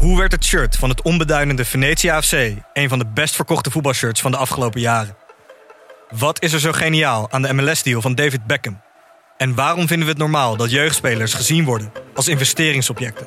Hoe werd het shirt van het onbeduidende Venetia FC een van de best verkochte voetbalshirts van de afgelopen jaren? Wat is er zo geniaal aan de MLS-deal van David Beckham? En waarom vinden we het normaal dat jeugdspelers gezien worden als investeringsobjecten?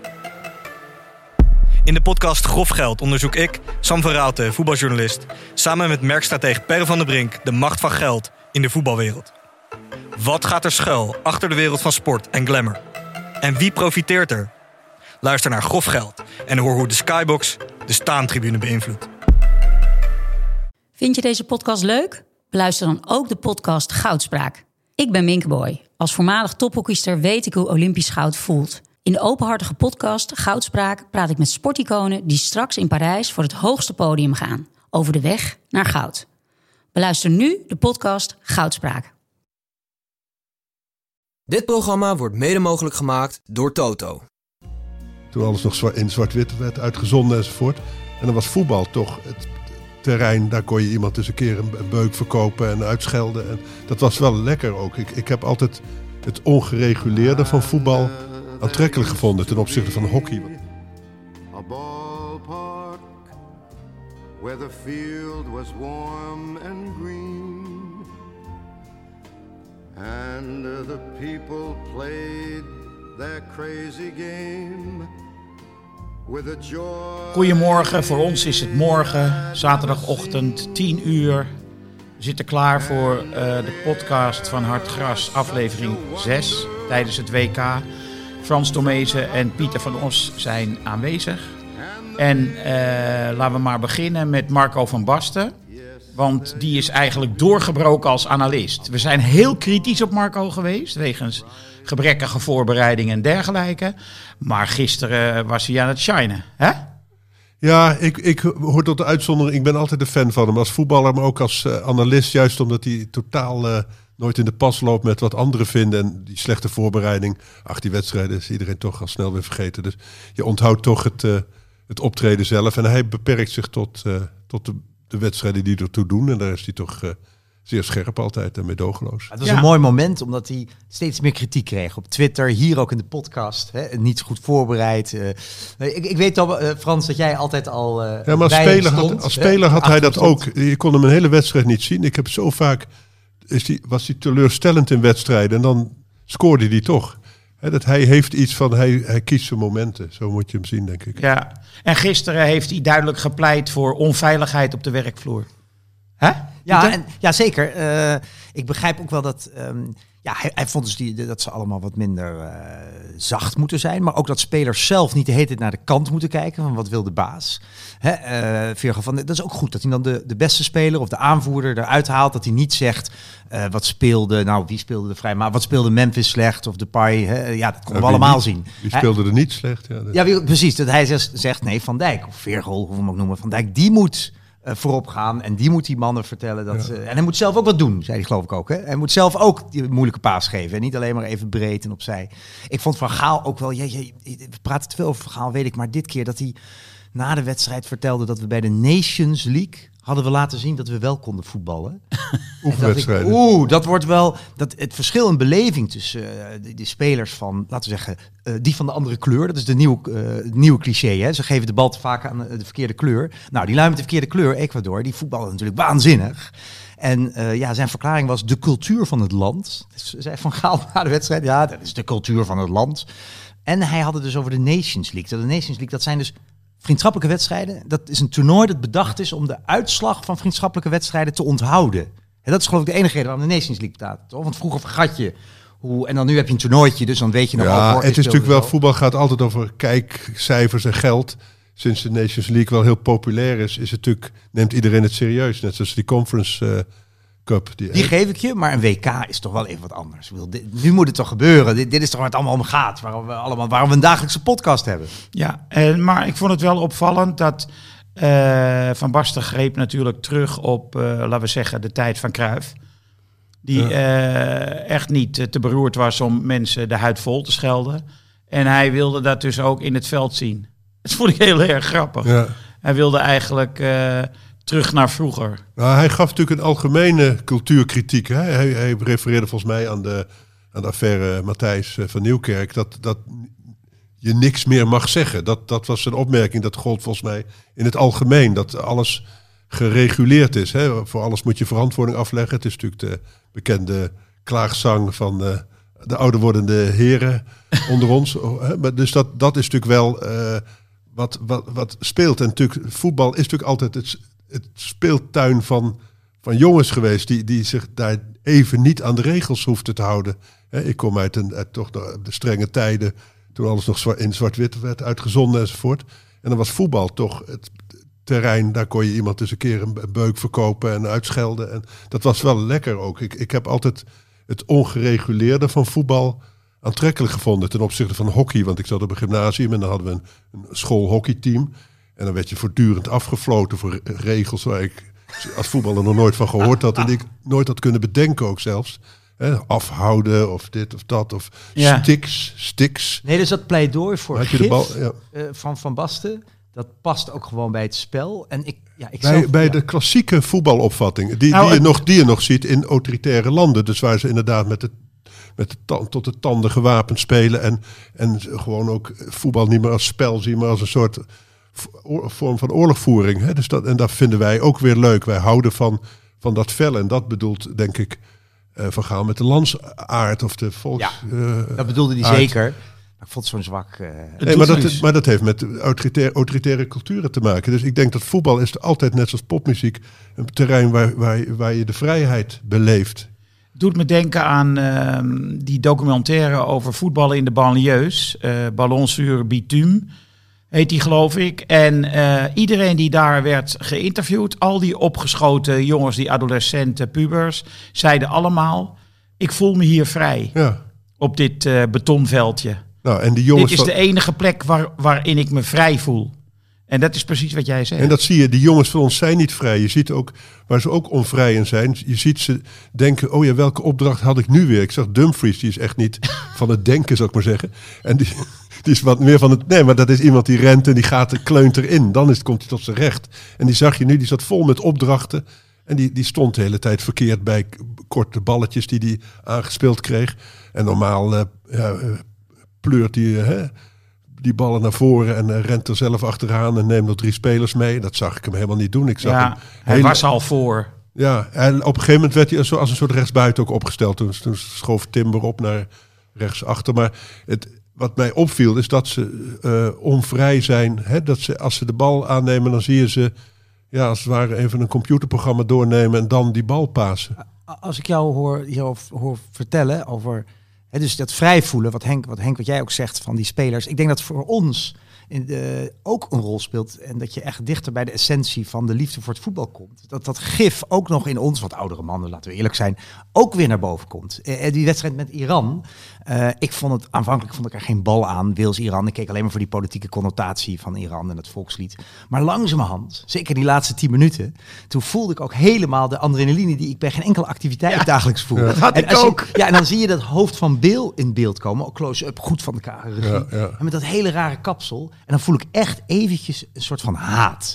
In de podcast Grof Geld onderzoek ik, Sam van Raalte, voetbaljournalist, samen met merkstratege Per van der Brink de macht van geld in de voetbalwereld. Wat gaat er schuil achter de wereld van sport en glamour? En wie profiteert er? Luister naar Grof Geld en hoor hoe de Skybox de staantribune beïnvloedt. Vind je deze podcast leuk? Beluister dan ook de podcast Goudspraak. Ik ben Minkeboy. Als voormalig tophockeyster weet ik hoe Olympisch goud voelt. In de openhartige podcast Goudspraak praat ik met sporticonen die straks in Parijs voor het hoogste podium gaan. Over de weg naar goud. Beluister nu de podcast Goudspraak. Dit programma wordt mede mogelijk gemaakt door Toto. Toen alles nog in zwart-wit werd uitgezonden enzovoort. En dan was voetbal toch het terrein, daar kon je iemand eens een keer een beuk verkopen en uitschelden. En dat was wel lekker ook. Ik heb altijd het ongereguleerde van voetbal aantrekkelijk gevonden ten opzichte van hockey. A ballpark where the field was warm and green and the people played their crazy game with a joy. Goedemorgen, voor ons is het morgen, zaterdagochtend 10 uur. We zitten klaar voor de podcast van Hartgras, aflevering 6 tijdens het WK. Frans Tomezen en Pieter van Os zijn aanwezig. En laten we maar beginnen met Marco van Basten. Want die is eigenlijk doorgebroken als analist. We zijn heel kritisch op Marco geweest, wegens gebrekkige voorbereiding en dergelijke. Maar gisteren was hij aan het shinen, hè? Ja, ik hoor tot de uitzondering. Ik ben altijd een fan van hem als voetballer, maar ook als analist. Juist omdat hij totaal nooit in de pas loopt met wat anderen vinden. En die slechte voorbereiding. Die wedstrijden is iedereen toch al snel weer vergeten. Dus je onthoudt toch het optreden zelf. En hij beperkt zich tot de wedstrijden die ertoe doen. En daar is hij toch zeer scherp altijd en meedogenloos. Het was een mooi moment, omdat hij steeds meer kritiek kreeg op Twitter. Hier ook in de podcast. Hè, niet zo goed voorbereid. Ik weet al, Frans, dat jij altijd al ja, maar als speler had hij dat ook. Je kon hem een hele wedstrijd niet zien. Ik heb zo vaak was hij teleurstellend in wedstrijden. En dan scoorde hij toch. Dat hij heeft iets van, hij kiest zijn momenten. Zo moet je hem zien, denk ik. Ja, en gisteren heeft hij duidelijk gepleit voor onveiligheid op de werkvloer. Hè? Ja, zeker. Ik begrijp ook wel dat hij vond dus dat ze allemaal wat minder zacht moeten zijn. Maar ook dat spelers zelf niet de hele tijd naar de kant moeten kijken. Van wat wil de baas? Virgo, dat is ook goed. Dat hij dan de beste speler of de aanvoerder eruit haalt. Dat hij niet zegt wat speelde. Nou, wie speelde er vrij? Maar wat speelde Memphis slecht? Of Depay? Dat konden we allemaal zien. Wie speelde er niet slecht? Precies. Dat hij zegt nee, Van Dijk of Virgo, hoe we hem ook noemen. Van Dijk, die moet voorop gaan en die moet die mannen vertellen dat en hij moet zelf ook wat doen, zei hij geloof ik ook. Hè? Hij moet zelf ook die moeilijke paas geven en niet alleen maar even breed en opzij. Ik vond Van Gaal ook wel, we praten te veel over Van Gaal, weet ik, maar dit keer dat hij na de wedstrijd vertelde dat we bij de Nations League hadden we laten zien dat we wel konden voetballen. Oefenwedstrijden. Dat wordt wel het verschil in beleving tussen de spelers van, laten we zeggen, die van de andere kleur. Dat is de nieuwe cliché. Hè? Ze geven de bal te vaak aan de verkeerde kleur. Nou, die lui met de verkeerde kleur, Ecuador, die voetballen natuurlijk waanzinnig. En zijn verklaring was de cultuur van het land. Dus zei Van Gaal na de wedstrijd, ja, dat is de cultuur van het land. En hij had het dus over de Nations League. De Nations League, dat zijn dus vriendschappelijke wedstrijden. Dat is een toernooi dat bedacht is om de uitslag van vriendschappelijke wedstrijden te onthouden. En dat is geloof ik de enige reden waarom de Nations League bestaat. Toch? Want vroeger vergat je hoe. En dan nu heb je een toernooitje, dus dan weet je nog. Ja, het is natuurlijk wel. Voetbal gaat altijd over kijkcijfers en geld. Sinds de Nations League wel heel populair is het natuurlijk, neemt iedereen het serieus. Net zoals die Conference Cup. Die geef ik je, maar een WK is toch wel even wat anders. Nu moet het toch gebeuren. Dit is toch waar het allemaal om gaat. Waarom we een dagelijkse podcast hebben. Ja, maar ik vond het wel opvallend dat Van Basten greep natuurlijk terug op, laten we zeggen, de tijd van Cruijff. Die echt niet te beroerd was om mensen de huid vol te schelden. En hij wilde dat dus ook in het veld zien. Dat vond ik heel erg grappig. Ja. Hij wilde eigenlijk terug naar vroeger. Nou, hij gaf natuurlijk een algemene cultuurkritiek. Hè? Hij refereerde volgens mij aan de affaire Matthijs van Nieuwkerk. Dat je niks meer mag zeggen. Dat was een opmerking, dat gold volgens mij in het algemeen. Dat alles gereguleerd is. Hè? Voor alles moet je verantwoording afleggen. Het is natuurlijk de bekende klaagzang van de ouder wordende heren onder ons. Maar dus dat is natuurlijk wel wat speelt. En natuurlijk, voetbal is natuurlijk altijd het speeltuin van jongens geweest die zich daar even niet aan de regels hoefden te houden. Ik kom uit toch de strenge tijden toen alles nog in zwart-wit werd uitgezonden enzovoort. En dan was voetbal toch het terrein, daar kon je iemand dus een keer een beuk verkopen en uitschelden. En dat was wel lekker ook. Ik heb altijd het ongereguleerde van voetbal aantrekkelijk gevonden ten opzichte van hockey. Want ik zat op een gymnasium en dan hadden we een schoolhockeyteam. En dan werd je voortdurend afgefloten voor regels waar ik als voetballer nog nooit van gehoord had. En die ik nooit had kunnen bedenken ook zelfs. Afhouden of dit of dat of sticks. Nee, dus dat pleidooi voor had je gif de bal, van Van Basten, dat past ook gewoon bij het spel. En bij de klassieke voetbalopvatting, die je nog ziet in autoritaire landen. Dus waar ze inderdaad tot de tanden gewapend spelen en gewoon ook voetbal niet meer als spel zien, maar als een soort vorm van oorlogvoering. Hè? Dus dat vinden wij ook weer leuk. Wij houden van dat felle. En dat bedoelt, denk ik, Van Gaal met de landsaard of de volks... dat bedoelde hij zeker. Maar ik vond het zo'n zwak... maar dat heeft met autoritaire culturen te maken. Dus ik denk dat voetbal is altijd, net zoals popmuziek, een terrein waar je de vrijheid beleeft. Doet me denken aan die documentaire over voetballen in de banlieues. Ballon sur bitume heet die, geloof ik. En iedereen die daar werd geïnterviewd, al die opgeschoten jongens, die adolescenten, pubers, zeiden allemaal: ik voel me hier vrij op dit betonveldje. Nou, en die jongens dit is de enige plek waarin ik me vrij voel. En dat is precies wat jij zegt. En dat zie je, die jongens van ons zijn niet vrij. Je ziet ook, waar ze ook onvrij in zijn, je ziet ze denken, oh ja, welke opdracht had ik nu weer? Ik zag Dumfries, die is echt niet van het denken, zou ik maar zeggen. En die is wat meer van het... Nee, maar dat is iemand die rent en die gaat kleunt erin. Dan komt hij tot zijn recht. En die zag je nu, die zat vol met opdrachten. En die stond de hele tijd verkeerd bij korte balletjes die hij aangespeeld kreeg. En normaal pleurt hij die ballen naar voren en rent er zelf achteraan en neemt nog 3 spelers mee. Dat zag ik hem helemaal niet doen. Ik zag hij was al voor. Ja, en op een gegeven moment werd hij als een soort rechtsbuiten ook opgesteld. Toen schoof Timber op naar rechtsachter. Maar wat mij opviel is dat ze onvrij zijn. Hè? Dat ze, als ze de bal aannemen, dan zie je ze als het ware even een computerprogramma doornemen en dan die bal pasen. Als ik jou hoor vertellen over dus dat vrij voelen, wat jij ook zegt van die spelers. Ik denk dat voor ons ook een rol speelt en dat je echt dichter bij de essentie van de liefde voor het voetbal komt. Dat gif ook nog in ons, wat oudere mannen, laten we eerlijk zijn, ook weer naar boven komt. Die wedstrijd met Iran, aanvankelijk vond ik er geen bal aan, Wales-Iran. Ik keek alleen maar voor die politieke connotatie van Iran en het volkslied. Maar langzamerhand, zeker die laatste 10 minuten, toen voelde ik ook helemaal de adrenaline die ik bij geen enkele activiteit dagelijks voel. Dat had ik ook. En dan zie je dat hoofd van Bill in beeld komen, ook close-up, goed van de regie. En met dat hele rare kapsel. En dan voel ik echt eventjes een soort van haat.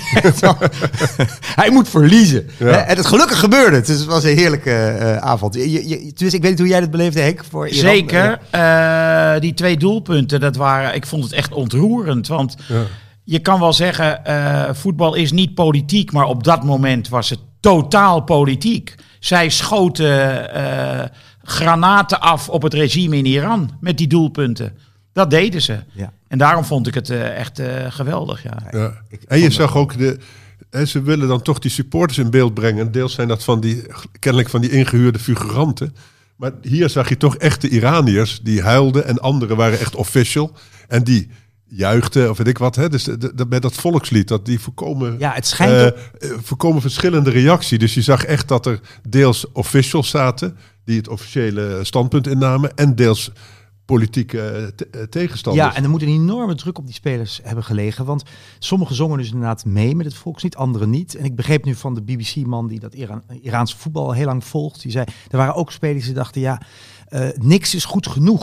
Hij moet verliezen. En het gelukkig gebeurde het. Dus het was een heerlijke avond. Dus ik weet niet hoe jij dat beleefde, Henk. Voor Iran. Zeker. Die 2 doelpunten, ik vond het echt ontroerend. Want je kan wel zeggen, voetbal is niet politiek. Maar op dat moment was het totaal politiek. Zij schoten granaten af op het regime in Iran met die doelpunten. Dat deden ze. Ja. En daarom vond ik het echt geweldig. Ja. En je zag ook ze willen dan toch die supporters in beeld brengen. Deels zijn dat kennelijk van die ingehuurde figuranten. Maar hier zag je toch echt de Iraniërs die huilden en anderen waren echt official. En die juichten of weet ik wat. Dus met dat volkslied, die voorkomen, het schijnt voorkomen verschillende reactie. Dus je zag echt dat er deels officials zaten die het officiële standpunt innamen en deels politieke tegenstanders. Ja, en er moet een enorme druk op die spelers hebben gelegen. Want sommigen zongen dus inderdaad mee met het volkslied, anderen niet. En ik begreep nu van de BBC-man die dat Iraanse voetbal heel lang volgt. Die zei, er waren ook spelers die dachten, niks is goed genoeg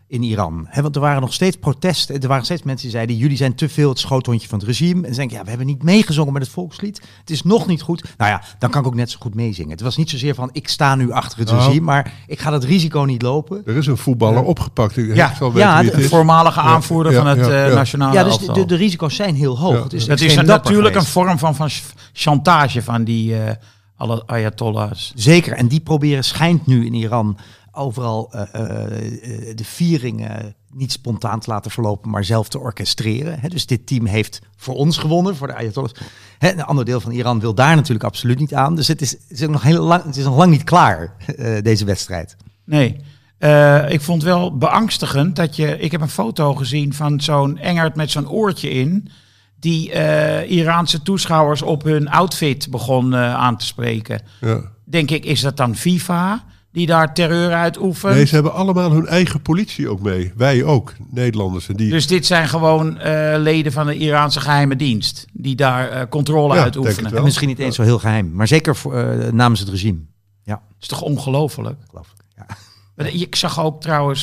in Iran. Want er waren nog steeds protesten. Er waren steeds mensen die zeiden, jullie zijn te veel het schoothondje van het regime. En ze denken, we hebben niet meegezongen met het volkslied. Het is nog niet goed. Nou ja, dan kan ik ook net zo goed meezingen. Het was niet zozeer van, ik sta nu achter het regime, maar ik ga dat risico niet lopen. Er is een voetballer opgepakt. De voormalige aanvoerder van het nationale elftal. Dus de risico's zijn heel hoog. Het is natuurlijk een vorm van chantage van die alle ayatollahs. Zeker, en die proberen schijnt nu in Iran overal de vieringen niet spontaan te laten verlopen, maar zelf te orchestreren. Dus dit team heeft voor ons gewonnen, voor de Ayatollahs. Een ander deel van Iran wil daar natuurlijk absoluut niet aan. Dus het is ook nog lang niet klaar, deze wedstrijd. Nee, ik vond wel beangstigend dat ik heb een foto gezien van zo'n Engert met zo'n oortje in, die Iraanse toeschouwers op hun outfit begon aan te spreken. Ja. Denk ik, is dat dan FIFA die daar terreur uitoefent? Nee, ze hebben allemaal hun eigen politie ook mee. Wij ook, Nederlanders. Dus dit zijn gewoon leden van de Iraanse geheime dienst die daar controle uitoefenen. En misschien niet eens zo heel geheim, maar zeker namens het regime. Ja. Dat is toch ongelooflijk? Ja. Ik zag ook trouwens,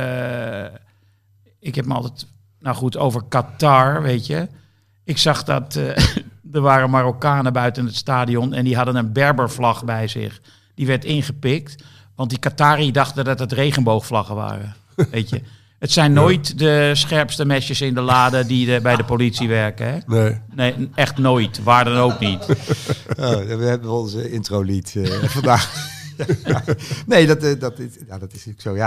ik heb me altijd, over Qatar, weet je. Ik zag dat er waren Marokkanen buiten het stadion en die hadden een Berbervlag bij zich. Die werd ingepikt, want die Qatari dachten dat het regenboogvlaggen waren. Weet je, het zijn nooit de scherpste mesjes in de lade die bij de politie werken. Hè? Nee, echt nooit. Waar dan ook niet. We hebben onze introlied vandaag. Nee, dat is natuurlijk zo.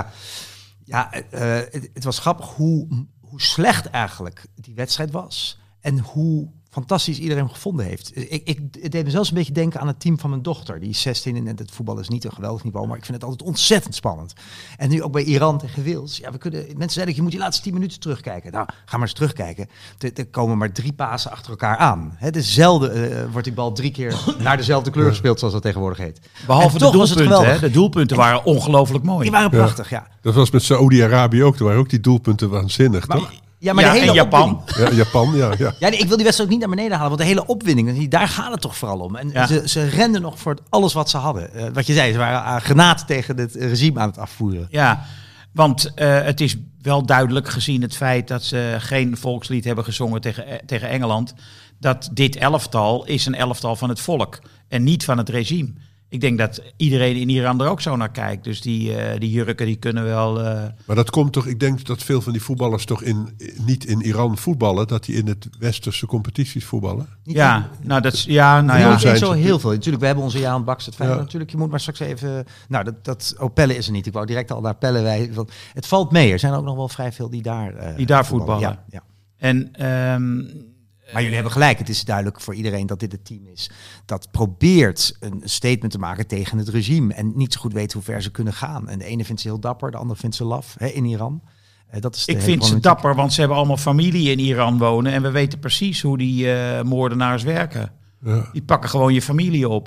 Het was grappig hoe slecht eigenlijk die wedstrijd was en hoe fantastisch iedereen hem gevonden heeft. Het deed me zelfs een beetje denken aan het team van mijn dochter. Die is 16 en het voetbal is niet een geweldig niveau, maar ik vind het altijd ontzettend spannend. En nu ook bij Iran tegen Wales. Mensen zeiden, je moet die laatste 10 minuten terugkijken. Nou, ga maar eens terugkijken. Er komen maar 3 pasen achter elkaar aan. Zelden wordt die bal 3 keer naar dezelfde kleur gespeeld, zoals dat tegenwoordig heet. Behalve de doelpunten, de doelpunten waren ongelooflijk mooi. Die waren prachtig, ja. Dat was met Saoedi-Arabië ook. Er waren ook die doelpunten waanzinnig, toch? Ja, maar de hele Japan. Japan. Nee, ik wil die wedstrijd ook niet naar beneden halen, want de hele opwinding, daar gaat het toch vooral om. En ze renden nog voor alles wat ze hadden. Wat je zei, ze waren granaten tegen het regime aan het afvoeren. Ja, want het is wel duidelijk gezien het feit dat ze geen volkslied hebben gezongen tegen Engeland, dat dit elftal is een elftal van het volk en niet van het regime. Ik denk dat iedereen in Iran er ook zo naar kijkt. Dus die jurken die kunnen wel... Maar dat komt toch... Ik denk dat veel van die voetballers toch niet in Iran voetballen. Dat die in het westerse competities voetballen. Ja, niet zo heel veel. Natuurlijk, we hebben onze Jaan Baks het feit. Natuurlijk, je moet maar straks even... Nou, Pelle is er niet. Ik wou direct al naar Pelle wijzen. Het valt mee. Er zijn ook nog wel vrij veel die daar voetballen. Ja. En... maar jullie hebben gelijk. Het is duidelijk voor iedereen dat dit het team is dat probeert een statement te maken tegen het regime en niet zo goed weet hoe ver ze kunnen gaan. En de ene vindt ze heel dapper, de andere vindt ze laf in Iran. Ik vind ze dapper, want ze hebben allemaal familie in Iran wonen en we weten precies hoe die moordenaars werken. Ja. Die pakken gewoon je familie op.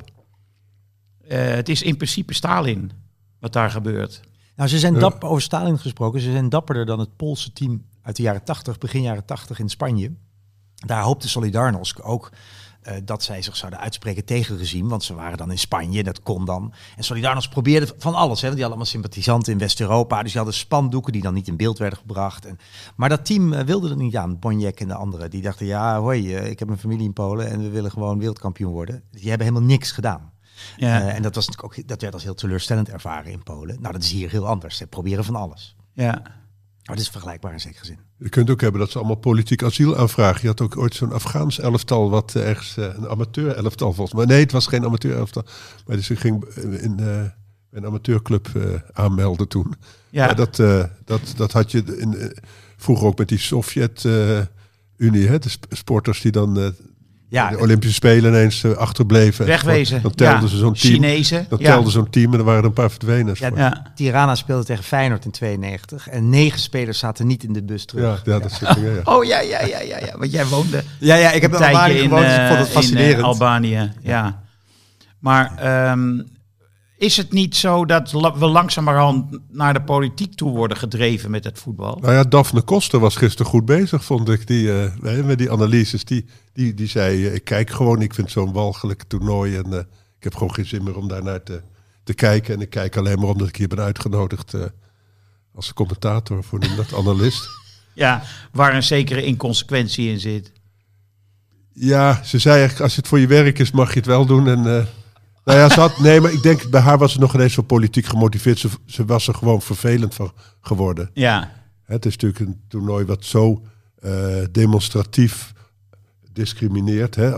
Het is in principe Stalin wat daar gebeurt. Nou, ze zijn dapper, over Stalin gesproken, ze zijn dapperder dan het Poolse team uit de jaren 80, begin jaren 80 in Spanje. Daar hoopte Solidarność ook dat zij zich zouden uitspreken tegen het regime. Want ze waren dan in Spanje, dat kon dan. En Solidarność probeerde van alles. Want die hadden allemaal sympathisanten in West-Europa. Dus die hadden spandoeken die dan niet in beeld werden gebracht. Maar dat team wilde er niet aan. Bonjek en de anderen. Die dachten, ik heb een familie in Polen en we willen gewoon wereldkampioen worden. Die hebben helemaal niks gedaan. Ja. En dat was natuurlijk ook, dat werd als heel teleurstellend ervaren in Polen. Nou, dat is hier heel anders. Ze proberen van alles. Ja. Maar het is vergelijkbaar in zekere zin. Je kunt ook hebben dat ze allemaal politiek asiel aanvragen. Je had ook ooit zo'n Afghaans elftal, wat ergens een amateur elftal volgens mij. Nee, het was geen amateur elftal. Maar dus ik ging in een amateurclub aanmelden toen. Ja. Dat had je vroeger ook met die Sovjet-Unie, de sporters die dan... de Olympische Spelen ineens achterbleven. Wegwezen. Dan telden ze zo'n team. Chinezen. Dan telden zo'n team en er waren er een paar verdwenen. Tirana speelde tegen Feyenoord in 92 en 9 spelers zaten niet in de bus terug. Ja, dat soort dingen, ja. Oh ja. Want jij woonde. Ja, ik heb in Albanië gewoond, dus ik vond het fascinerend. In Albanië, ja. Maar is het niet zo dat we langzamerhand naar de politiek toe worden gedreven met het voetbal? Nou ja, Daphne Koster was gisteren goed bezig, vond ik. Met die analyses. Die zei, ik kijk gewoon, ik vind zo'n walgelijk toernooi. En ik heb gewoon geen zin meer om daarnaar te kijken. En ik kijk alleen maar omdat ik hier ben uitgenodigd als commentator, of hoe noem je dat, analist. Ja, waar een zekere inconsequentie in zit. Ja, ze zei eigenlijk, als het voor je werk is, mag je het wel doen. En maar ik denk, bij haar was het nog ineens zo politiek gemotiveerd. Ze was er gewoon vervelend van geworden. Ja. Het is natuurlijk een toernooi wat zo demonstratief discrimineert, hè,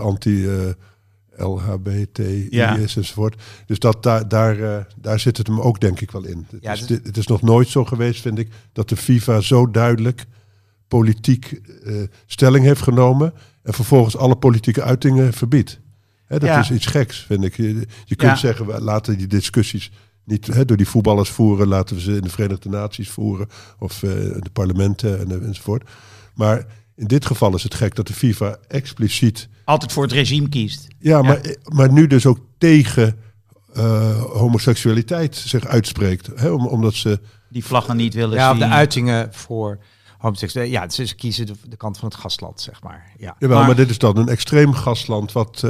anti-LHBTI's enzovoort. Dus daar zit het hem ook denk ik wel in. Ja, Het is nog nooit zo geweest, vind ik, dat de FIFA zo duidelijk politiek stelling heeft genomen en vervolgens alle politieke uitingen verbiedt. Hè, dat is iets geks, vind ik. Je kunt zeggen, we laten die discussies niet door die voetballers voeren, laten we ze in de Verenigde Naties voeren of de parlementen enzovoort. Maar in dit geval is het gek dat de FIFA expliciet Altijd voor het regime kiest. Ja, maar nu dus ook tegen homoseksualiteit zich uitspreekt. Hè, omdat ze Die vlaggen niet willen Ja, zien. of de uitingen voor homoseksualiteit. Ja, ze kiezen de kant van het gastland, zeg maar. Ja. Jawel, maar dit is dan een extreem gastland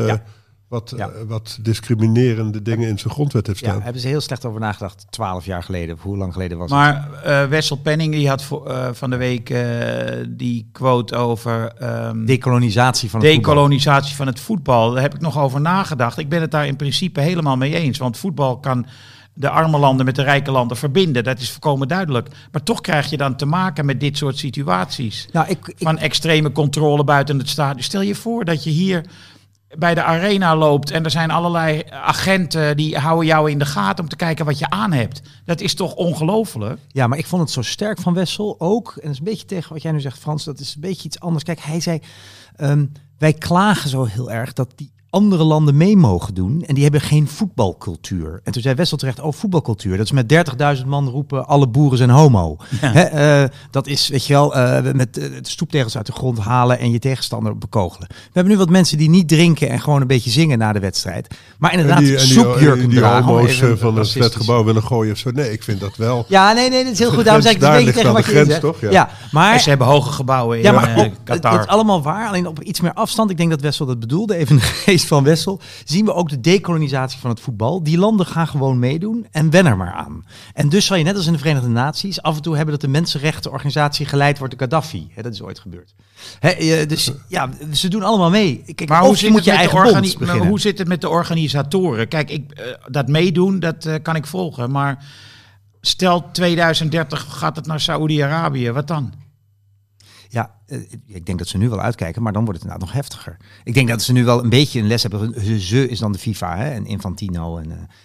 wat discriminerende dingen in zijn grondwet heeft staan. Ja, hebben ze heel slecht over nagedacht. 12 jaar geleden, of hoe lang geleden was het? Maar Wessel Penning die had van de week die quote over Dekolonisatie van het dekolonisatie van het voetbal. Daar heb ik nog over nagedacht. Ik ben het daar in principe helemaal mee eens. Want voetbal kan de arme landen met de rijke landen verbinden. Dat is volkomen duidelijk. Maar toch krijg je dan te maken met dit soort situaties. Nou, Van extreme controle buiten het stadion. Stel je voor dat je hier bij de arena loopt en er zijn allerlei agenten die houden jou in de gaten om te kijken wat je aan hebt. Dat is toch ongelooflijk? Ja, maar ik vond het zo sterk van Wessel ook. En dat is een beetje tegen wat jij nu zegt, Frans. Dat is een beetje iets anders. Kijk, hij zei, wij klagen zo heel erg dat die andere landen mee mogen doen. En die hebben geen voetbalcultuur. En toen zei Wessel terecht, voetbalcultuur. Dat is met 30.000 man roepen, alle boeren zijn homo. Ja. Hè, dat is, weet je wel, met de stoeptegels uit de grond halen en je tegenstander bekogelen. We hebben nu wat mensen die niet drinken en gewoon een beetje zingen na de wedstrijd. Maar inderdaad, soepjurken die dragen. homo's van het flatgebouw willen gooien of zo. Nee, ik vind dat wel. Ja, nee, dat is heel goed. Daarom zei ik het een beetje tegen wat je grens, zegt. toch? Ja, maar En ze hebben hoge gebouwen in Qatar. het allemaal waar, alleen op iets meer afstand. Ik denk dat Wessel dat bedoelde, even de geest van Wessel. Zien we ook de dekolonisatie van het voetbal. Die landen gaan gewoon meedoen en wen er maar aan. En dus zal je net als in de Verenigde Naties af en toe hebben dat de mensenrechtenorganisatie geleid wordt door Gaddafi. Dat is ooit gebeurd. Dus ja, ze doen allemaal mee. Kijk, Maar hoe hoe zit het met de organisatoren? Kijk, dat meedoen, dat kan ik volgen. Maar stel 2030 gaat het naar Saoedi-Arabië. Wat dan? Ja, ik denk dat ze nu wel uitkijken, maar dan wordt het inderdaad nog heftiger. Ik denk dat ze nu wel een beetje een les hebben. Ze is dan de FIFA, hè, en Infantino.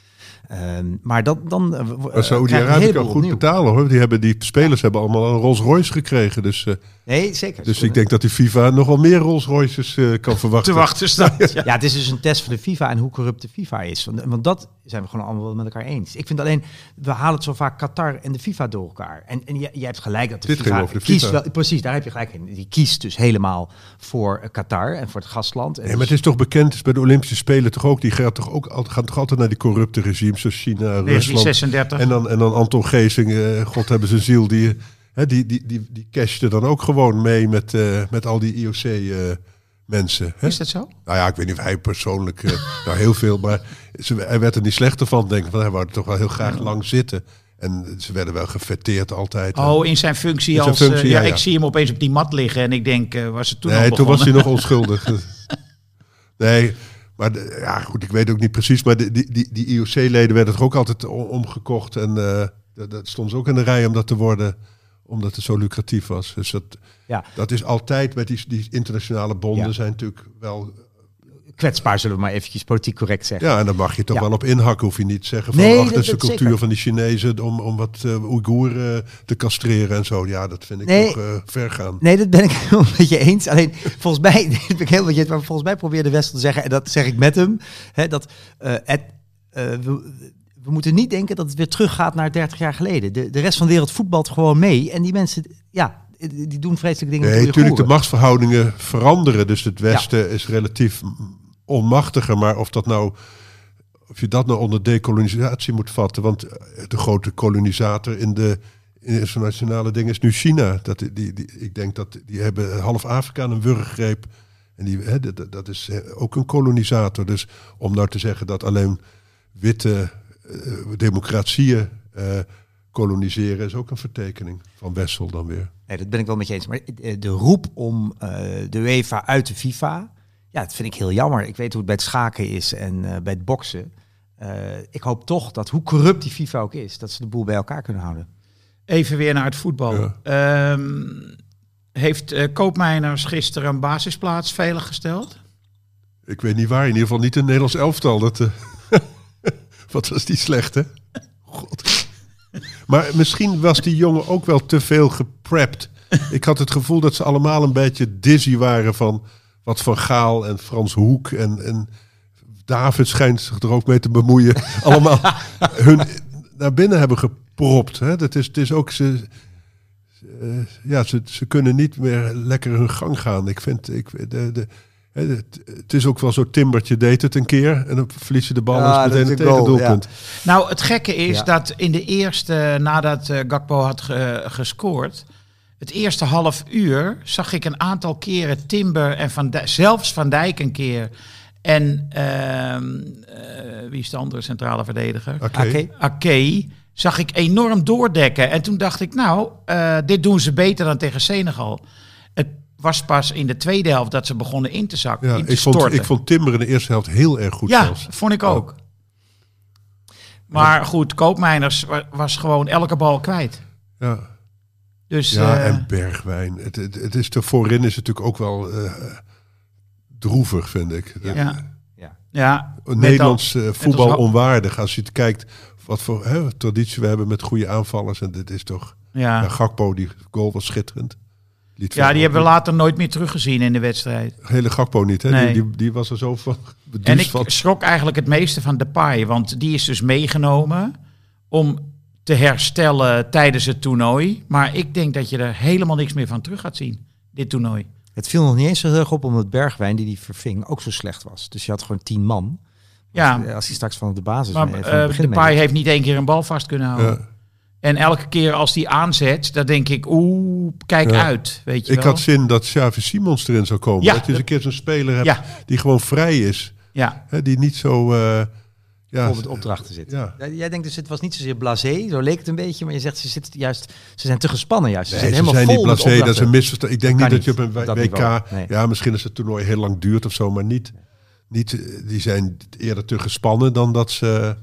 Maar dan Saoedi-Arabië kan goed betalen, hoor. Die spelers hebben allemaal een Rolls Royce gekregen. Dus, nee, zeker. Dus ik denk dat die FIFA nog wel meer Rolls Royces kan verwachten. Te wachten staat. Ja, het is dus een test voor de FIFA en hoe corrupt de FIFA is. Want dat zijn we gewoon allemaal wel met elkaar eens. Ik vind alleen, we halen het zo vaak Qatar en de FIFA door elkaar. En jij hebt gelijk dat de Dit FIFA ging over de kiest FIFA. wel. Precies, daar heb je gelijk in. Die kiest dus helemaal voor Qatar en voor het gastland. En Nee, maar het is toch bekend, is bij de Olympische Spelen toch ook, die gaan toch altijd naar die corrupte regimes zoals China, Rusland. 1936. En dan Anton Geesing, God hebben zijn ziel, die cashte dan ook gewoon mee met al die IOC-mensen. Is dat zo? Nou ja, ik weet niet of hij persoonlijk heel veel, maar hij werd er niet slechter van, denk ik. Want hij wou er toch wel heel graag lang zitten. En ze werden wel gefêteerd altijd. In zijn functie in zijn als... functie, ik zie hem opeens op die mat liggen en ik denk, was het toen al Nee, begonnen? toen was hij nog onschuldig. Nee, maar goed, ik weet ook niet precies. Maar die IOC-leden werden toch ook altijd omgekocht. En dat stond ze ook in de rij om dat te worden, omdat het zo lucratief was. Dus dat is altijd met die internationale bonden zijn natuurlijk wel kwetsbaar, zullen we maar eventjes politiek correct zeggen. Ja, en dan mag je toch wel op inhakken. Hoef je niet te zeggen van dat is de cultuur zeker van die Chinezen om wat Oeigoeren te castreren en zo. Ja, dat vind ik nog ver gaan. Nee, dat ben ik helemaal met je eens. Alleen volgens mij, maar volgens mij probeerde Wessel te zeggen, en dat zeg ik met hem, we moeten niet denken dat het weer teruggaat naar 30 jaar geleden. De rest van de wereld voetbalt gewoon mee. En die mensen, die doen vreselijke dingen. Nee, natuurlijk, de machtsverhoudingen veranderen. Dus het Westen is relatief onmachtiger. Maar of je dat nou onder dekolonisatie moet vatten. Want de grote kolonisator in de internationale dingen is nu China. Ik denk dat die hebben half Afrika aan een wurggreep. En dat is ook een kolonisator. Dus om nou te zeggen dat alleen witte democratieën koloniseren is ook een vertekening van Wessel dan weer. Nee, dat ben ik wel met je eens. Maar de roep om de UEFA uit de FIFA, ja, dat vind ik heel jammer. Ik weet hoe het bij het schaken is en bij het boksen. Ik hoop toch dat, hoe corrupt die FIFA ook is, dat ze de boel bij elkaar kunnen houden. Even weer naar het voetbal. Ja. Heeft Koopmeiners gisteren een basisplaats veilig gesteld? Ik weet niet waar, in ieder geval niet in het Nederlands elftal. Wat was die slecht, hè? God. Maar misschien was die jongen ook wel te veel geprept. Ik had het gevoel dat ze allemaal een beetje dizzy waren van wat Van Gaal en Frans Hoek en David schijnt zich er ook mee te bemoeien. Allemaal hun naar binnen hebben gepropt. Hè? Het is ook ze kunnen niet meer lekker hun gang gaan. Ik vind het is ook wel zo, Timbertje deed het een keer en dan verlies je de bal en is meteen een tegendoelpunt. Ja. Nou, het gekke is dat in de eerste, nadat Gakpo had gescoord, het eerste half uur zag ik een aantal keren Timber en zelfs Van Dijk een keer. En wie is de andere centrale verdediger? Ake. Zag ik enorm doordekken. En toen dacht ik, dit doen ze beter dan tegen Senegal. Het was pas in de tweede helft dat ze begonnen in te zakken. Ja, ik vond Timber in de eerste helft heel erg goed. Ja, zelfs. Vond ik ook. Maar goed, Koopmeiners was gewoon elke bal kwijt. Ja. Dus, en Bergwijn. Het is voorin is het natuurlijk ook wel droevig, vind ik. Ja. Nederlands voetbal onwaardig. Als je het kijkt wat voor traditie we hebben met goede aanvallers. En dit is toch... Ja. Gakpo, die goal was schitterend. Die hebben we later nooit meer teruggezien in de wedstrijd. Hele Gakpo niet, hè? Nee. Die was er zo van beduusd. En ik schrok eigenlijk het meeste van Depay. Want die is dus meegenomen om te herstellen tijdens het toernooi. Maar ik denk dat je er helemaal niks meer van terug gaat zien, dit toernooi. Het viel nog niet eens zo heel erg op omdat Bergwijn, die verving, ook zo slecht was. Dus je had gewoon 10 man. Ja. Als hij straks van de basis maar Depay heeft niet één keer een bal vast kunnen houden. Ja. En elke keer als die aanzet, dan denk ik, kijk uit. Weet je ik wel? had zin dat Xavi Simons erin zou komen. Ja, dat je eens een keer zo'n speler hebt die gewoon vrij is. Ja. Die niet zo... vol met opdrachten zit. Ja. Jij denkt dus het was niet zozeer blasé, zo leek het een beetje, maar je zegt ze zijn te gespannen juist. Ze Nee, zitten ze helemaal zijn vol niet met blasé, dat is opdrachten. een misverstand. Ik denk niet dat je op een WK... Nee. Ja, misschien als het toernooi heel lang duurt of zo, maar niet die zijn eerder te gespannen dan dat ze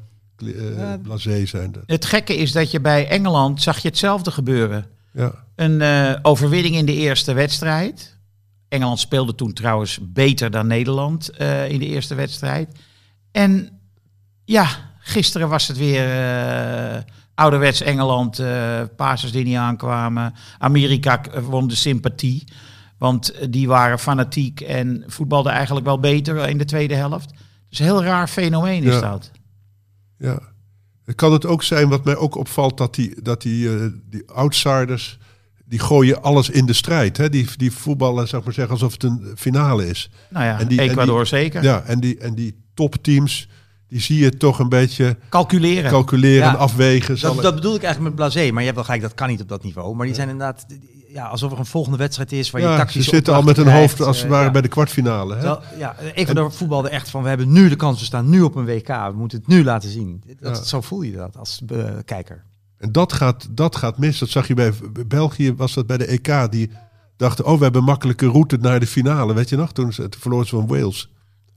blasé zijn. Het gekke is dat je bij Engeland zag je hetzelfde gebeuren. Ja. Een overwinning in de eerste wedstrijd. Engeland speelde toen trouwens beter dan Nederland in de eerste wedstrijd. En ja, gisteren was het weer ouderwets Engeland, passes die niet aankwamen. Amerika won de sympathie, want die waren fanatiek en voetbalden eigenlijk wel beter in de tweede helft. Dus een heel raar fenomeen is dat. Ja. Kan het ook zijn, wat mij ook opvalt, dat die outsiders, die gooien alles in de strijd. Hè? Die voetballen, zeg maar zeggen, alsof het een finale is. Nou ja, en Ecuador zeker. Ja, en die topteams, die zie je toch een beetje calculeren en afwegen. Dat bedoel ik eigenlijk met blasé, maar je hebt wel gelijk, dat kan niet op dat niveau. Maar die zijn inderdaad, alsof er een volgende wedstrijd is waar je tactisch ze zitten al met een hoofd als ze waren bij de kwartfinale. Hè? Ecuador voetbalde echt van, we hebben nu de kans, we staan nu op een WK, we moeten het nu laten zien. Zo voel je dat als kijker. En dat gaat mis. Dat zag je bij België, was dat bij de EK. Die dachten, we hebben een makkelijke route naar de finale. Weet je nog? Toen verloren ze van Wales.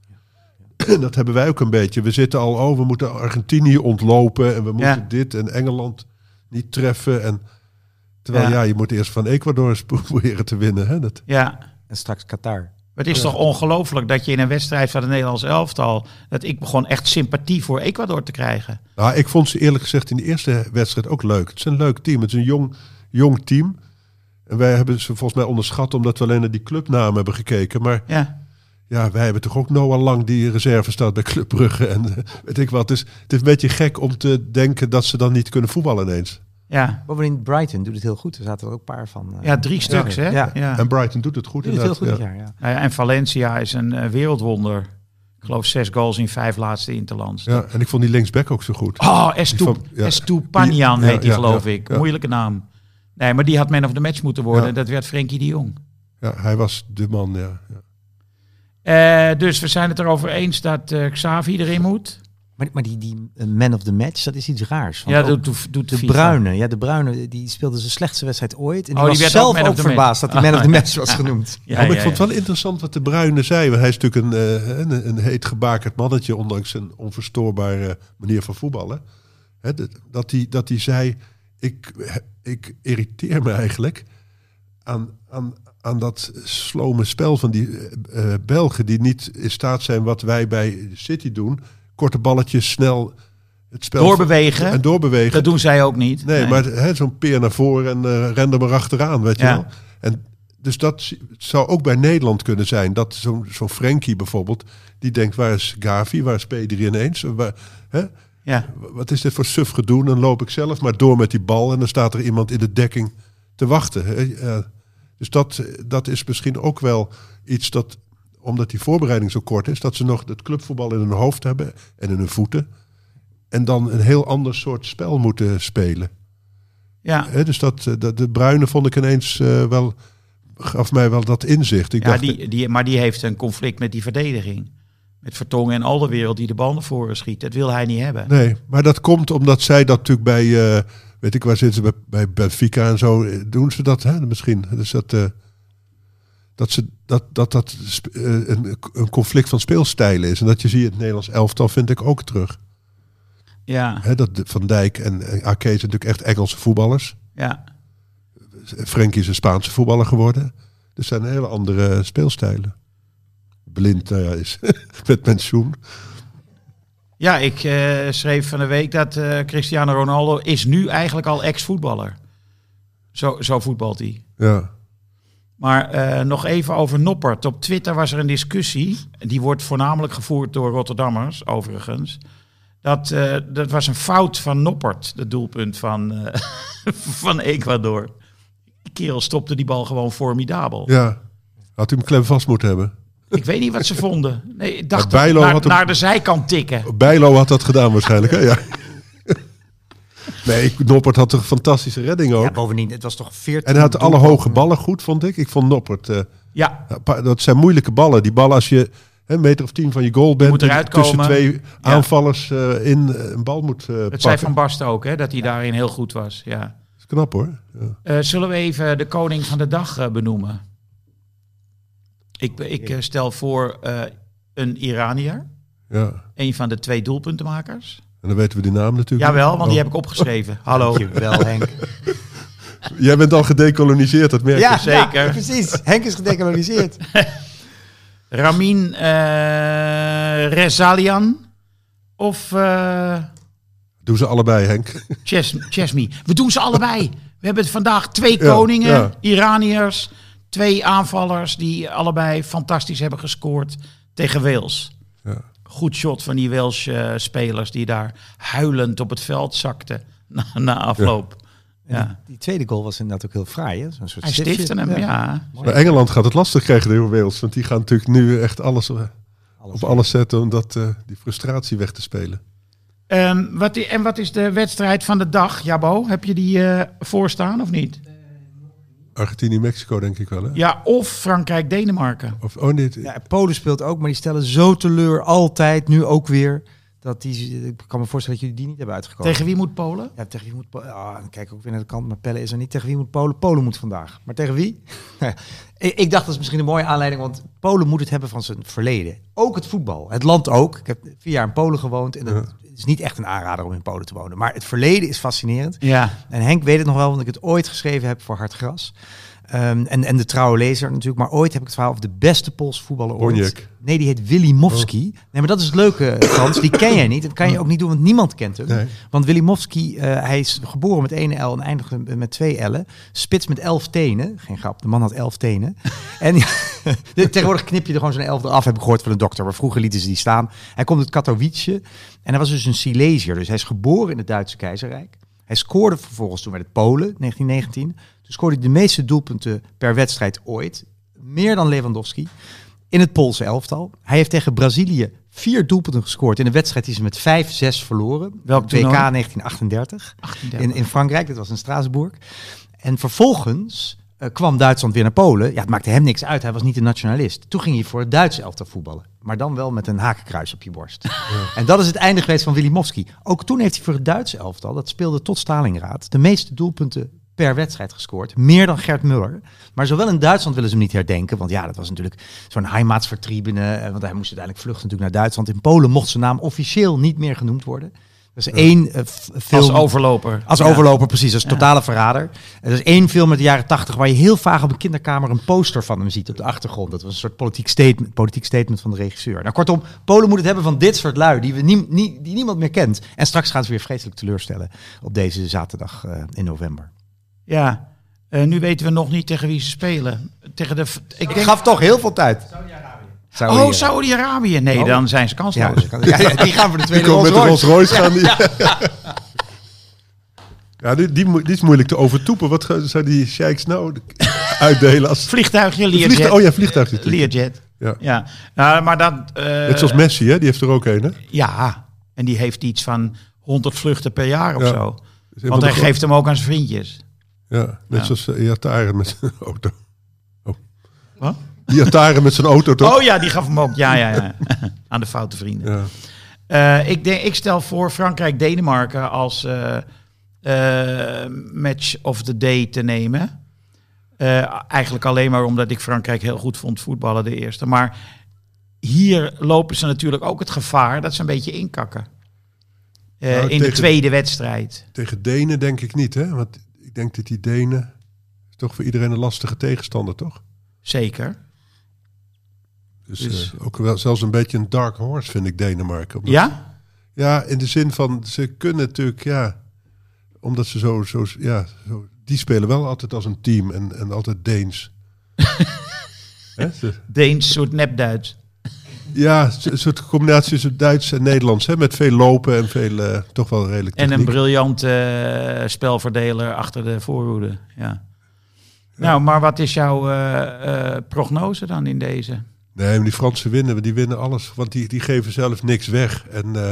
Dat hebben wij ook een beetje. We zitten al, we moeten Argentinië ontlopen. En we moeten dit en Engeland niet treffen. En, terwijl je moet eerst van Ecuador proberen te winnen. Hè? En straks Qatar. Het is toch ongelooflijk dat je in een wedstrijd van het Nederlands elftal, dat ik begon echt sympathie voor Ecuador te krijgen. Nou, ik vond ze eerlijk gezegd in de eerste wedstrijd ook leuk. Het is een leuk team. Het is een jong team. En wij hebben ze volgens mij onderschat omdat we alleen naar die clubnamen hebben gekeken. Maar wij hebben toch ook Noah Lang die reserve staat bij Club Brugge. En weet ik wat. Het is een beetje gek om te denken dat ze dan niet kunnen voetballen ineens. Ja. Bovendien, Brighton doet het heel goed. Er zaten er ook een paar van. 3 stuks, hè? Ja. En Brighton doet het goed. Doet het heel goed dit jaar, en Valencia is een wereldwonder. Ik geloof 6 goals in 5 laatste interlands. Ja, en ik vond die linksback ook zo goed. Estupiñán heet die, geloof ik. Ja. Moeilijke naam. Nee, maar die had man of the match moeten worden. Ja. Dat werd Frenkie de Jong. Ja, hij was de man, Dus we zijn het erover eens dat Xavi erin moet. Maar die man of the match, dat is iets raars. Want Ja, ook doet de FIFA. Bruine. Ja, de Bruine, die speelde zijn slechtste wedstrijd ooit. En die die was werd zelf ook man ook of the verbaasd dat hij man of the match was genoemd. Ja, maar ik ja, vond het wel interessant wat de Bruyne zei. Want hij is natuurlijk een heet gebakerd mannetje, ondanks zijn onverstoorbare manier van voetballen. Dat hij zei, ik irriteer me eigenlijk aan dat slome spel van die Belgen die niet in staat zijn wat wij bij City doen. Korte balletjes, snel het spel Doorbewegen. En doorbewegen. Dat doen zij ook niet. Nee, maar zo'n peer naar voren en ren er maar achteraan, weet je Ja. wel. En dus dat zou ook bij Nederland kunnen zijn. Dat zo'n Frenkie bijvoorbeeld, die denkt, waar is Gavi, waar is Pedri ineens? Ja. Wat is dit voor suf gedoe? Dan loop ik zelf maar door met die bal en dan staat er iemand in de dekking te wachten. Dus dat is misschien ook wel iets dat, omdat die voorbereiding zo kort is, dat ze nog het clubvoetbal in hun hoofd hebben en in hun voeten. En dan een heel ander soort spel moeten spelen. Ja. Dus de Bruyne vond ik ineens gaf mij wel dat inzicht. Ik dacht, Maar die heeft een conflict met die verdediging. Met Vertongen en Alderweireld die de bal naar voren schiet. Dat wil hij niet hebben. Nee, maar dat komt omdat zij dat natuurlijk bij, weet ik waar zitten ze, bij Benfica en zo, doen ze dat, hè, misschien. Dus dat een conflict van speelstijlen is. En dat je ziet het Nederlands elftal vind ik ook terug. Ja. Dat Van Dijk en Ake zijn natuurlijk echt Engelse voetballers. Ja. Frenkie is een Spaanse voetballer geworden. Er zijn hele andere speelstijlen. Blind is met pensioen. Ja, ik schreef van de week dat Cristiano Ronaldo is nu eigenlijk al ex-voetballer. Zo voetbalt hij. Ja. Maar nog even over Noppert. Op Twitter was er een discussie. Die wordt voornamelijk gevoerd door Rotterdammers, overigens. Dat was een fout van Noppert, het doelpunt van Ecuador. Die kerel stopte die bal gewoon formidabel. Ja, had hij hem klem vast moeten hebben. Ik weet niet wat ze vonden. Nee, ik dacht Bijlo naar de zijkant tikken. Bijlo had dat gedaan waarschijnlijk, hè? Ja. Nee, Noppert had toch een fantastische redding ook. Ja, bovendien, het was toch 14... En hij had alle hoge ballen goed, vond ik. Ik vond Noppert... Ja. Dat zijn moeilijke ballen. Die ballen als je een meter of 10 van je goal bent... moet eruit tussen komen. twee aanvallers in een bal moet Het pakken. zei Van Basten ook, hè, dat hij daarin heel goed was. Ja. Dat is knap, hoor. Ja. Zullen we even de koning van de dag benoemen? Ik stel voor een Iranier. Ja. Een van de 2 doelpuntenmakers. En dan weten we die naam natuurlijk. Jawel, want die Oh. heb ik opgeschreven. Hallo. Dankjewel, Henk. Jij bent al gedecoloniseerd, dat merk je. Ja, Zeker. ja, precies. Henk is gedecoloniseerd. Ramin Rezalian of Doen ze allebei, Henk. Chesmi. We doen ze allebei. We hebben vandaag 2 Ja, koningen, ja. Iraniërs, 2 aanvallers die allebei fantastisch hebben gescoord tegen Wales. Ja. Goed shot van die Welsh spelers die daar huilend op het veld zakten na afloop. Ja. Die tweede goal was inderdaad ook heel fraai. Hè? Zo'n soort Hij stiftje. stifte hem, ja. Maar Engeland gaat het lastig krijgen tegen Wales. Want die gaan natuurlijk nu echt alles op alles zetten om die frustratie weg te spelen. Wat is de wedstrijd van de dag, Jabo? Heb je die voorstaan of niet? Argentinië-Mexico denk ik wel, hè? Ja, of Frankrijk-Denemarken. Of niet. Ja, Polen speelt ook, maar die stellen zo teleur altijd, nu ook weer. Ik kan me voorstellen dat jullie die niet hebben uitgekomen. Tegen wie moet Polen? Ja, tegen wie moet Polen? Dan kijk ik ook weer naar de kant, maar Pelle is er niet. Tegen wie moet Polen? Polen moet vandaag. Maar tegen wie? Ik dacht, dat is misschien een mooie aanleiding, want Polen moet het hebben van zijn verleden. Ook het voetbal. Het land ook. Ik heb 4 jaar in Polen gewoond en het is niet echt een aanrader om in Polen te wonen. Maar het verleden is fascinerend. Ja. En Henk weet het nog wel, want ik het ooit geschreven heb voor Hartgras. En de trouwe lezer natuurlijk. Maar ooit heb ik het verhaal over de beste Poolse voetballer ooit. Boniek. Nee, die heet Willy Mowski. Nee, maar dat is het leuke, Frans. Die ken jij niet. Dat kan je ook niet doen, want niemand kent hem. Nee. Want Willy Mowski, hij is geboren met 1 L en eindigde met 2 L'en. Spits met 11 tenen. Geen grap, de man had 11 tenen. En tegenwoordig knip je er gewoon zo'n 11 af, heb ik gehoord van de dokter. Maar vroeger lieten ze die staan. Hij komt uit Katowice en hij was dus een Silesiër. Dus hij is geboren in het Duitse keizerrijk. Hij scoorde vervolgens, toen werd het Polen, 1919. Toen scoorde hij de meeste doelpunten per wedstrijd ooit. Meer dan Lewandowski. In het Poolse elftal. Hij heeft tegen Brazilië 4 doelpunten gescoord. In een wedstrijd die ze met 5-6 verloren. Welk WK toernooi? 1938. In Frankrijk, dat was in Straatsburg. En vervolgens kwam Duitsland weer naar Polen. Ja, het maakte hem niks uit. Hij was niet een nationalist. Toen ging hij voor het Duitse elftal voetballen. Maar dan wel met een hakenkruis op je borst. Ja. En dat is het einde geweest van Wilimowski. Ook toen heeft hij voor het Duitse elftal, dat speelde tot Stalingrad, de meeste doelpunten per wedstrijd gescoord. Meer dan Gerd Muller. Maar zowel in Duitsland willen ze hem niet herdenken. Want ja, dat was natuurlijk zo'n Heimatsvertriebene. Want hij moest uiteindelijk vluchten natuurlijk naar Duitsland. In Polen mocht zijn naam officieel niet meer genoemd worden. Dat is één film. Als overloper. Als overloper, precies. Als totale verrader. Er is één film uit de jaren 80 waar je heel vaag op een kinderkamer een poster van hem ziet op de achtergrond. Dat was een soort politiek statement van de regisseur. Nou, kortom, Polen moet het hebben van dit soort lui die niemand meer kent. En straks gaan ze weer vreselijk teleurstellen op deze zaterdag in november. Ja, nu weten we nog niet tegen wie ze spelen. Ik gaf toch heel veel tijd. Saudi-Arabië. Nee, dan zijn ze kansloos. Ja, die gaan voor de tweede Rolls Royce. Rolls-Royce Gaan Ja, die is moeilijk te overtoepen. Wat zou die sheiks nou uitdelen als... Vliegtuigje, Learjet. Vliegtuigje. Learjet. Ja. Nou, maar dat... Net zoals Messi, hè? Die heeft er ook een, hè? Ja, en die heeft iets van 100 vluchten per jaar of zo. Want hij de geeft hem ook aan zijn vriendjes. Ja, net zoals Iataren met zijn auto. Oh. Wat? Iataren met zijn auto, toch? Oh ja, die gaf hem ook. Ja. Aan de foute vrienden. Ja. Ik stel voor Frankrijk-Denemarken als match of the day te nemen. Eigenlijk alleen maar omdat ik Frankrijk heel goed vond voetballen de eerste. Maar hier lopen ze natuurlijk ook het gevaar dat ze een beetje inkakken. In de tweede wedstrijd. Tegen Denen denk ik niet, hè? Want ik denk dat die Denen is toch voor iedereen een lastige tegenstander, toch? Zeker. Dus ook wel zelfs een beetje een dark horse vind ik Denemarken. Omdat ja? Ja, in de zin van ze kunnen natuurlijk, omdat ze zo die spelen wel altijd als een team en altijd Deens. Deens, soort nep-Duits. Ja, een soort combinatie tussen Duits en Nederlands, hè, met veel lopen en veel toch wel redelijk techniek. En een briljante spelverdeler achter de voorhoede. Ja. Nou, maar wat is jouw prognose dan in deze? Nee, maar die Fransen die winnen alles, want die geven zelf niks weg.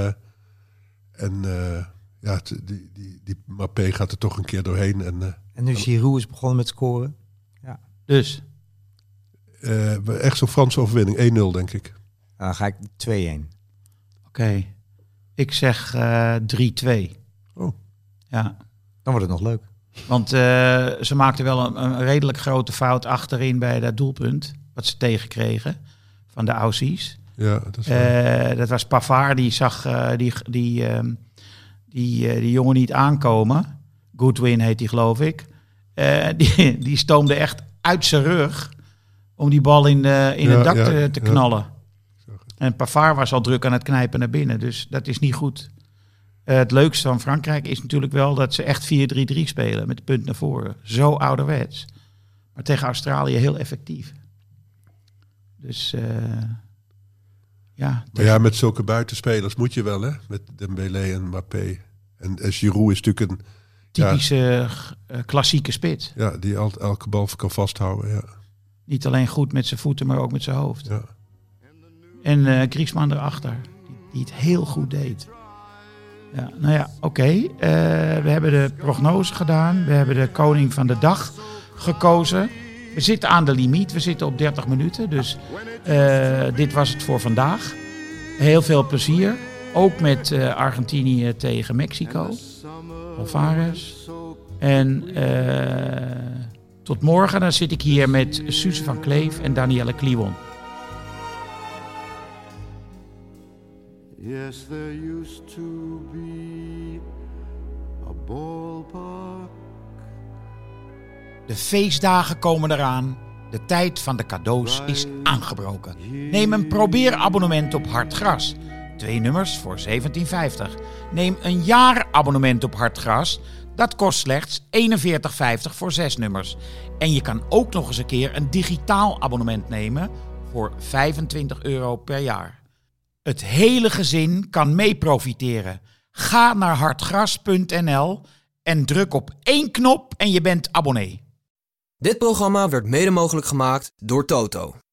Die Mbappé gaat er toch een keer doorheen. En nu Giroud is begonnen met scoren. Ja. Dus? Echt zo'n Franse overwinning, 1-0 denk ik. Dan ga ik 2-1. Oké. Ik zeg 3-2. Oh. Ja. Dan wordt het nog leuk. Want ze maakten wel een redelijk grote fout achterin bij dat doelpunt. Wat ze tegenkregen van de Aussies. Ja, dat is dat was Pavard, die zag die jongen niet aankomen. Goodwin heet die, geloof ik. Die stoomde echt uit zijn rug om die bal in het dak te knallen. Ja. En Pavard was al druk aan het knijpen naar binnen, dus dat is niet goed. Het leukste van Frankrijk is natuurlijk wel dat ze echt 4-3-3 spelen met de punt naar voren. Zo ouderwets. Maar tegen Australië heel effectief. Dus met zulke buitenspelers moet je wel, hè? Met Dembélé en Mbappé. En Giroud is natuurlijk een typische klassieke spit. Ja, die elke bal kan vasthouden, ja. Niet alleen goed met zijn voeten, maar ook met zijn hoofd. Ja. En Griezmann erachter, die het heel goed deed. Ja, nou ja, oké. We hebben de prognose gedaan. We hebben de koning van de dag gekozen. We zitten aan de limiet. We zitten op 30 minuten. Dus dit was het voor vandaag. Heel veel plezier. Ook met Argentinië tegen Mexico. Alvarez. En tot morgen. Dan zit ik hier met Suze van Kleef en Danielle Kliwon. Yes, there used to be a ballpark. De feestdagen komen eraan. De tijd van de cadeaus is aangebroken. Neem een probeerabonnement op Hartgras. 2 nummers voor €17,50. Neem een jaarabonnement op Hartgras. Dat kost slechts €41,50 voor 6 nummers. En je kan ook nog eens een keer een digitaal abonnement nemen voor €25 per jaar. Het hele gezin kan mee profiteren. Ga naar hartgras.nl en druk op 1 knop en je bent abonnee. Dit programma werd mede mogelijk gemaakt door Toto.